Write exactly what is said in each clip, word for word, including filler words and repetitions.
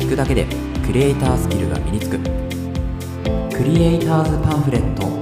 聞くだけでクリエイタースキルが身につくクリエイターズパンフレット。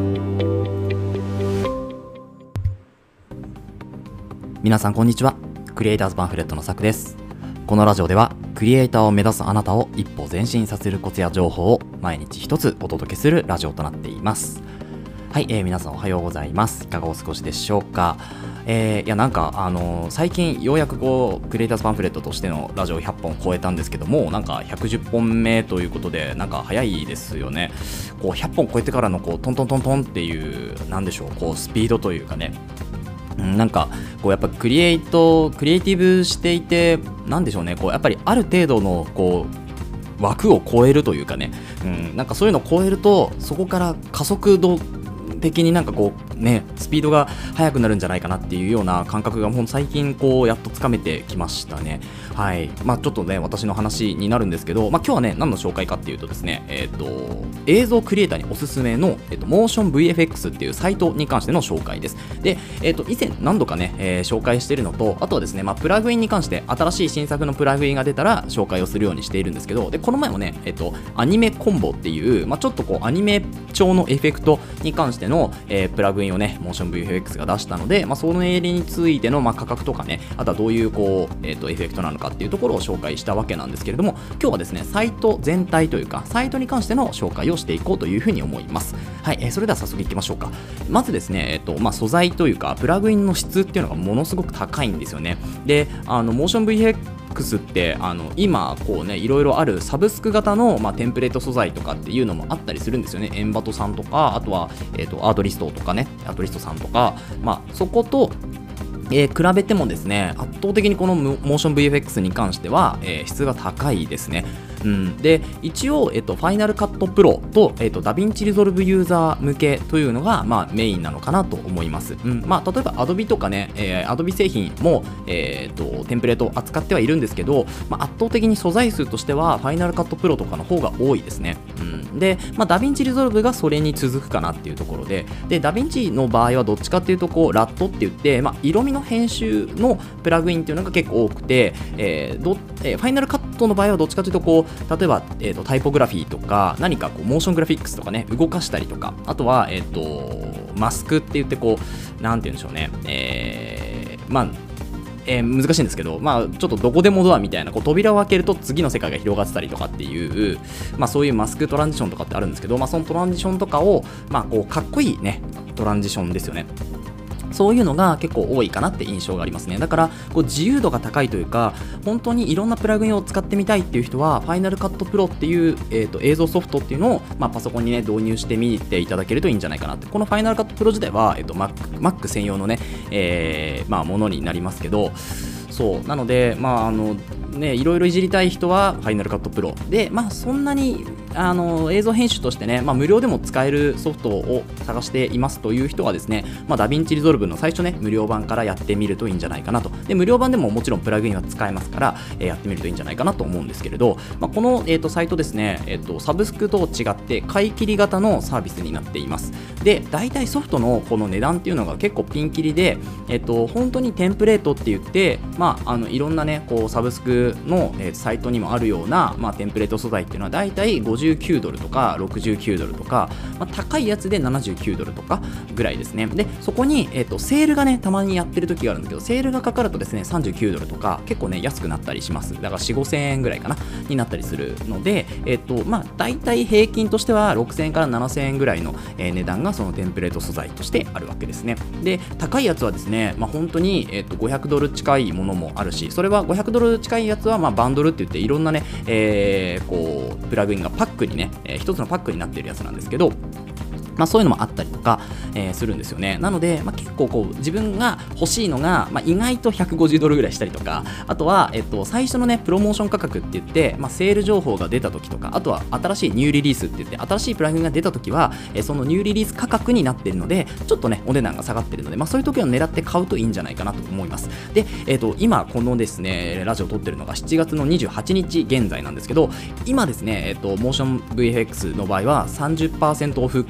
皆さんこんにちは。クリエイターズパンフレットのさくです。このラジオではクリエイターを目指すあなたを一歩前進させるコツや情報を毎日一つお届けするラジオとなっています。はい、えー、皆さんおはようございます。いかがお過ごしでしょうか。えー、いやなんかあのー、最近ようやくこうクリエイターズパンフレットとしてのラジオひゃっぽん超えたんですけども、なんかひゃくじゅっぽんめということでなんか早いですよね。こうひゃっぽん超えてからのこうトントントントンっていうなんでしょう、こうスピードというかね、なんかこうやっぱクリエイトクリエイティブしていてなんでしょうね、こうやっぱりある程度のこう枠を超えるというかね、うん、なんかそういうのを超えるとそこから加速度的になんかこうねスピードが速くなるんじゃないかなっていうような感覚がもう最近こうやっとつかめてきましたね。はい、まあちょっとね私の話になるんですけど、まあ今日はね何の紹介かっていうとですね、えっと映像クリエイターにおすすめの、えっと、モーション ブイエフエックス っていうサイトに関しての紹介です。で、えっと以前何度かね、えー、紹介しているのと、あとはですね、まあプラグインに関して新しい新作のプラグインが出たら紹介をするようにしているんですけど、でこの前もね、えっとアニメコンボっていう、まあちょっとこうアニメ調のエフェクトに関しての、えー、プラグインをねモーション ブイエフエックス が出したので、まあ、そのエリについての、まあ、価格とかね、あとはどういうこう、えー、とエフェクトなのかっていうところを紹介したわけなんですけれども、今日はですねサイト全体というかサイトに関しての紹介をしていこうというふうに思います。はい、えー、それでは早速いきましょうか。まずですね、えーとまあ、素材というかプラグインの質っていうのがものすごく高いんですよね。で、あのモーション ブイエフエックス ってあの今こうねいろいろあるサブスク型の、まあ、テンプレート素材とかっていうのもあったりするんですよね。エンバトさんとか、あとは、えーとアートリストとかね、アートリストさんとか、まあ、そこと、えー、比べてもですね圧倒的にこのモーション ブイエフエックス に関しては、えー、質が高いですね。うん、で一応、えっと、ファイナルカットプロと、えっと、ダヴィンチリゾルブユーザー向けというのが、まあ、メインなのかなと思います。うん、まあ、例えば Adobe とかね、えー、Adobe 製品も、えー、っとテンプレートを扱ってはいるんですけど、まあ、圧倒的に素材数としてはファイナルカットプロとかの方が多いですね。うん、で、まあ、ダヴィンチリゾルブがそれに続くかなっていうところで、でダヴィンチの場合はどっちかっていうとこうラットって言って、まあ、色味の編集のプラグインっていうのが結構多くて、えーどえー、ファイナルカットの場合はどっちかというとこう例えば、えー、とタイポグラフィーとか何かこうモーショングラフィックスとかね動かしたりとか、あとは、えー、とマスクって言ってこうなんて言うんでしょうね、えー、まあえー、難しいんですけど、まあ、ちょっとどこでもドアみたいなこう扉を開けると次の世界が広がってたりとかっていう、まあ、そういうマスクトランジションとかってあるんですけど、まあ、そのトランジションとかを、まあ、こうかっこいいねトランジションですよね。そういうのが結構多いかなって印象がありますね。だからこう自由度が高いというか、本当にいろんなプラグインを使ってみたいっていう人はファイナルカットプロっていう、えー、と映像ソフトっていうのを、まあ、パソコンにね導入してみていただけるといいんじゃないかなって。このファイナルカットプロ自体は、えー、と Mac, Mac 専用のね、えーまあ、ものになりますけど、そうなのでまああのね、いろいろいじりたい人はファイナルカットプロで、まあ、そんなにあの映像編集としてね、まあ、無料でも使えるソフトを探していますという人はですね、まあ、ダヴィンチリゾルブの最初ね無料版からやってみるといいんじゃないかなと。で無料版でももちろんプラグインは使えますから、えー、やってみるといいんじゃないかなと思うんですけれど、まあ、この、えーと、サイトですね、えーと、サブスクと違って買い切り型のサービスになっています。で大体ソフトのこの値段っていうのが結構ピンキリで、えーと、本当にテンプレートって言って、まあ、あのいろんなねこうサブスクの、えー、サイトにもあるような、まあ、テンプレート素材っていうのはだいたいごじゅうきゅうドルとかろくじゅうきゅうドルとか、まあ、高いやつでななじゅうきゅうドルとかぐらいですね。でそこに、えーと、セールがねたまにやってる時があるんですけど、セールがかかるとですねさんじゅうきゅうドルとか結構ね安くなったりします。だからよん、ごせんえんぐらいかなになったりするので、えっ、ー、とまあだいたい平均としてはろくせんえんからななせんえんぐらいの、えー、値段がそのテンプレート素材としてあるわけですね。で高いやつはですね、まあ、本当に、えー、とごひゃくドル近いものもあるし、それはごひゃくドル近いやつは、まあ、バンドルって言っていろんなね、えー、こうプラグインがパックにね、えー、一つのパックになっているやつなんですけど、まあ、そういうのもあったりとか、えー、するんですよね。なので、まあ、結構こう自分が欲しいのが、まあ、意外とひゃくごじゅうドルぐらいしたりとか、あとは、えっと、最初のねプロモーション価格って言って、まあ、セール情報が出た時とか、あとは新しいニューリリースって言って新しいプラグインが出た時は、えー、そのニューリリース価格になっているのでちょっとねお値段が下がっているので、まあ、そういう時を狙って買うといいんじゃないかなと思います。で、えっと、今このですねラジオを撮ってるのがしちがつのにじゅうはちにち現在なんですけど、今ですね、えっと、モーション ブイエフエックス の場合は さんじゅっパーセント オフクーポン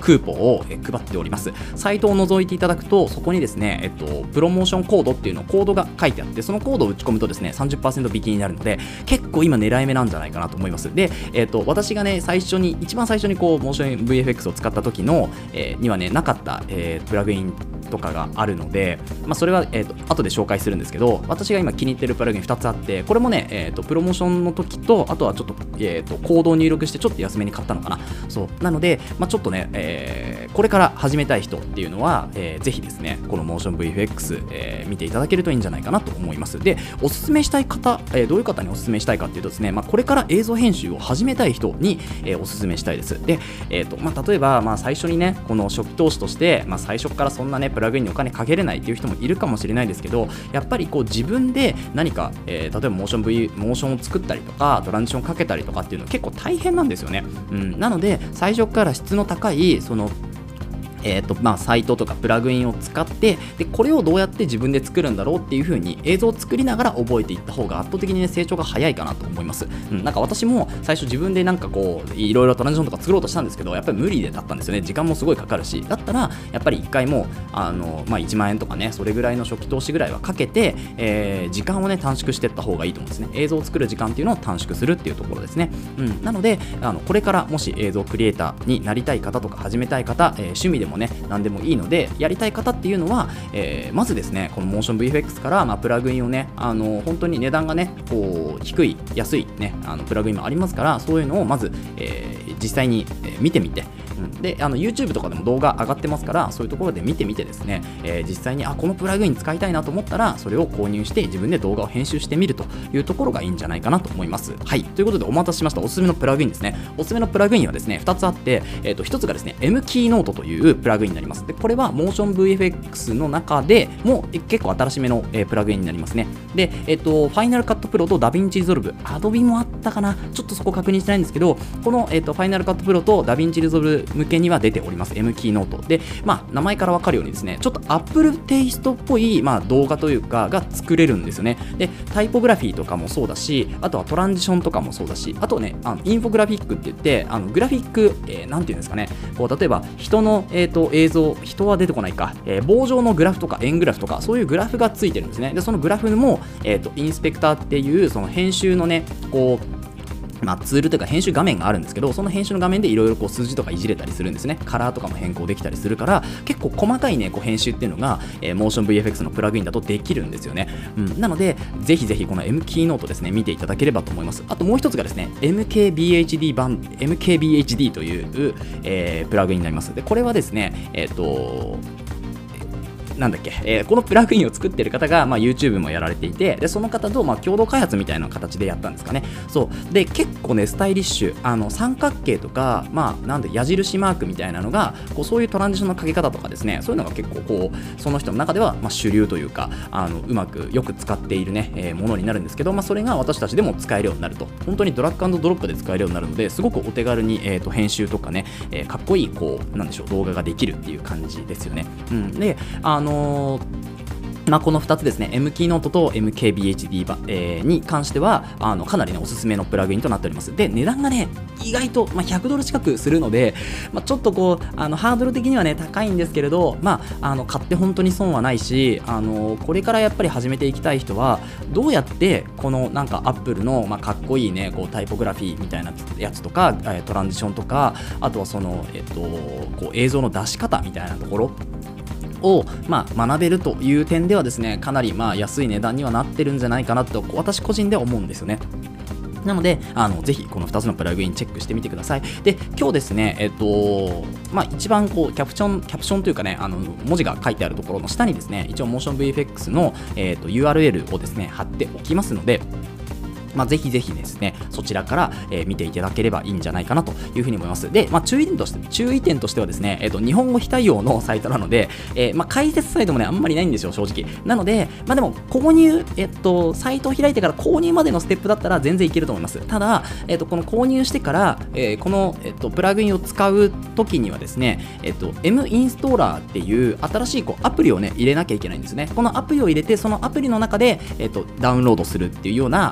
をえ配っております。サイトを覗いていただくと、そこにですね、えっと、プロモーションコードっていうのコードが書いてあって、そのコードを打ち込むとですね さんじゅっパーセント 引きになるので、結構今狙い目なんじゃないかなと思います。で、えっと、私がね最初に一番最初にこうモーション ブイエフエックス を使った時の、えー、にはねなかった、えー、プラグインとかがあるので、まあ、それは、えーと、後で紹介するんですけど、私が今気に入ってるプラグインふたつあって、これもね、えーと、プロモーションの時と、あとはちょっと、えーと、コードを入力してちょっと安めに買ったのかな。そうなので、まあ、ちょっとね、えー、これから始めたい人っていうのは、えー、ぜひですねこのモーション ブイエフエックス、えー、見ていただけるといいんじゃないかなと思います。で、おすすめしたい方、えー、どういう方におすすめしたいかっていうとですね、まあ、これから映像編集を始めたい人に、えー、おすすめしたいです。で、えーとまあ、例えば、まあ、最初にねこの初期投資として、まあ、最初からそんなねプラグインにお金かけれないっていう人もいるかもしれないですけど、やっぱりこう自分で何か、えー、例えばモーション V モーションを作ったりとかトランジションかけたりとかっていうのは結構大変なんですよね。うん、なので最初から質の高いそのえーとまあ、サイトとかプラグインを使って、でこれをどうやって自分で作るんだろうっていう風に映像を作りながら覚えていった方が圧倒的に、ね、成長が早いかなと思います。うん、なんか私も最初自分でなんかこういろいろトランジションとか作ろうとしたんですけど、やっぱり無理でだったんですよね。時間もすごいかかるし、だったらやっぱりいっかいもうあの、まあ、いちまんえんとかねそれぐらいの初期投資ぐらいはかけて、えー、時間をね短縮していった方がいいと思うんですね。映像を作る時間っていうのを短縮するっていうところですね。うん、なのであのこれからもし映像クリエイターになりたい方とか始めたい方、えー、趣味でもね何でもいいのでやりたい方っていうのは、えー、まずですねこのモーション ブイエフエックス から、まあ、プラグインをねあの本当に値段がねこう低い安いねあのプラグインもありますから、そういうのをまず、えー、実際に、えー、見てみて、うん、であの YouTube とかでも動画上がってますから、そういうところで見てみてですね、えー、実際にあこのプラグイン使いたいなと思ったらそれを購入して自分で動画を編集してみるというところがいいんじゃないかなと思います。はい、ということでお待たせしました。おすすめのプラグインですね。おすすめのプラグインはですねふたつあって、えー、とひとつがですね M キーノートというプラグインになります。でこれはモーション ブイエフエックス の中でも結構新しめの、えー、プラグインになりますね。で、えっと、Final Cut Pro と DaVinci Resolve、Adobe もあったかな、ちょっとそこ確認してないんですけど、この、えっと、Final Cut Pro と DaVinci Resolve 向けには出ております。M キーノートで、まあ、名前から分かるようにですね、ちょっと Apple テイストっぽい、まあ、動画というかが作れるんですよね。で、タイポグラフィーとかもそうだし、あとはトランジションとかもそうだし、あとね、あのインフォグラフィックって言って、あのグラフィック、えー、なんていうんですかね、こう例えば人の、えー、と映像、人は出てこないか、えー、棒状のグラフとか円グラフとかそういうグラフがついてるんですね。でそのグラフも、えー、とインスペクターっていうその編集のねこうまあ、ツールというか編集画面があるんですけど、その編集の画面でいろいろ数字とかいじれたりするんですね。カラーとかも変更できたりするから、結構細かいねこう編集っていうのが、えー、モーション ブイエフエックス のプラグインだとできるんですよね。うん、なのでぜひぜひこの M キーノートですね見ていただければと思います。あともう一つがですね エムケービーエイチディー 版 エムケービーエイチディー という、えー、プラグインになります。でこれはですねえっ、ー、となんだっけ、えー、このプラグインを作ってる方が、まあ、YouTube もやられていて、でその方と、まあ、共同開発みたいな形でやったんですかね。そうで結構ねスタイリッシュ、あの三角形とか、まあ、なんで矢印マークみたいなのがこうそういうトランジションのかけ方とかですね、そういうのが結構こうその人の中では、まあ、主流というかあのうまくよく使っているね、えー、ものになるんですけど、まあ、それが私たちでも使えるようになると、本当にドラッグ&ドロップで使えるようになるので、すごくお手軽に、えー、と編集とかね、えー、かっこいいこうなんでしょう動画ができるっていう感じですよね。うん、であのーまあ、このふたつですね M キーノートと エムケービーエイチディー 版、えー、に関してはあのかなり、ね、おすすめのプラグインとなっております。で値段がね意外と、まあ、ひゃくドル近くするので、まあ、ちょっとこうあのハードル的にはね高いんですけれど、まあ、あの買って本当に損はないし、あのこれからやっぱり始めていきたい人はどうやってこのなんか Apple の、まあ、かっこいいねこうタイポグラフィーみたいなやつとかトランジションとか、あとはその、えっと、こう映像の出し方みたいなところを、まあ、学べるという点ではですねかなりまあ安い値段にはなってるんじゃないかなと私個人では思うんですよね。なのであのぜひこのふたつのプラグインチェックしてみてください。で今日ですねえっとまあ一番こうキャプションキャプションというかねあの文字が書いてあるところの下にですね一応モーション ブイエフエックス の、えっと、ユーアールエル をですね貼っておきますので、まあ、ぜひぜひですねそちらから、えー、見ていただければいいんじゃないかなというふうに思います。で、まあ、注意点として注意点としてはですね、えー、と日本語非対応のサイトなので、えーまあ、解説サイトもねあんまりないんですよ正直。なので、まあ、でも購入、えっと、サイトを開いてから購入までのステップだったら全然いけると思います。ただ、えっと、この購入してから、えー、この、えっと、プラグインを使うときにはですね、えっと、M インストーラーっていう新しいこうアプリをね入れなきゃいけないんですね。このアプリを入れてそのアプリの中で、えっと、ダウンロードするっていうような、えー、形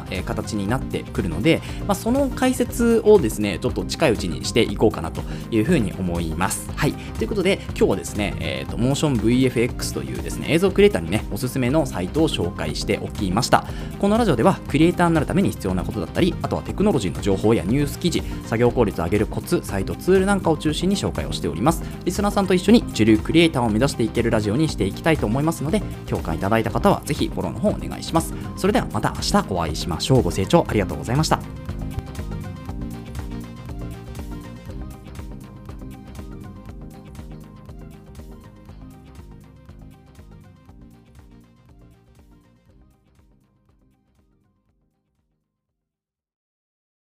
形になってくるので、まあ、その解説をですねちょっと近いうちにしていこうかなというふうに思います。はい、ということで今日はですね、えーと、モーション ブイエフエックス というですね映像クリエイターにねおすすめのサイトを紹介しておきました。このラジオではクリエイターになるために必要なことだったり、あとはテクノロジーの情報やニュース記事、作業効率を上げるコツ、サイトツールなんかを中心に紹介をしております。リスナーさんと一緒に一流クリエイターを目指していけるラジオにしていきたいと思いますので、評価いただいた方はぜひフォローの方お願いします。それではまた明日お会いしましょう。ご清聴ありがとうございました。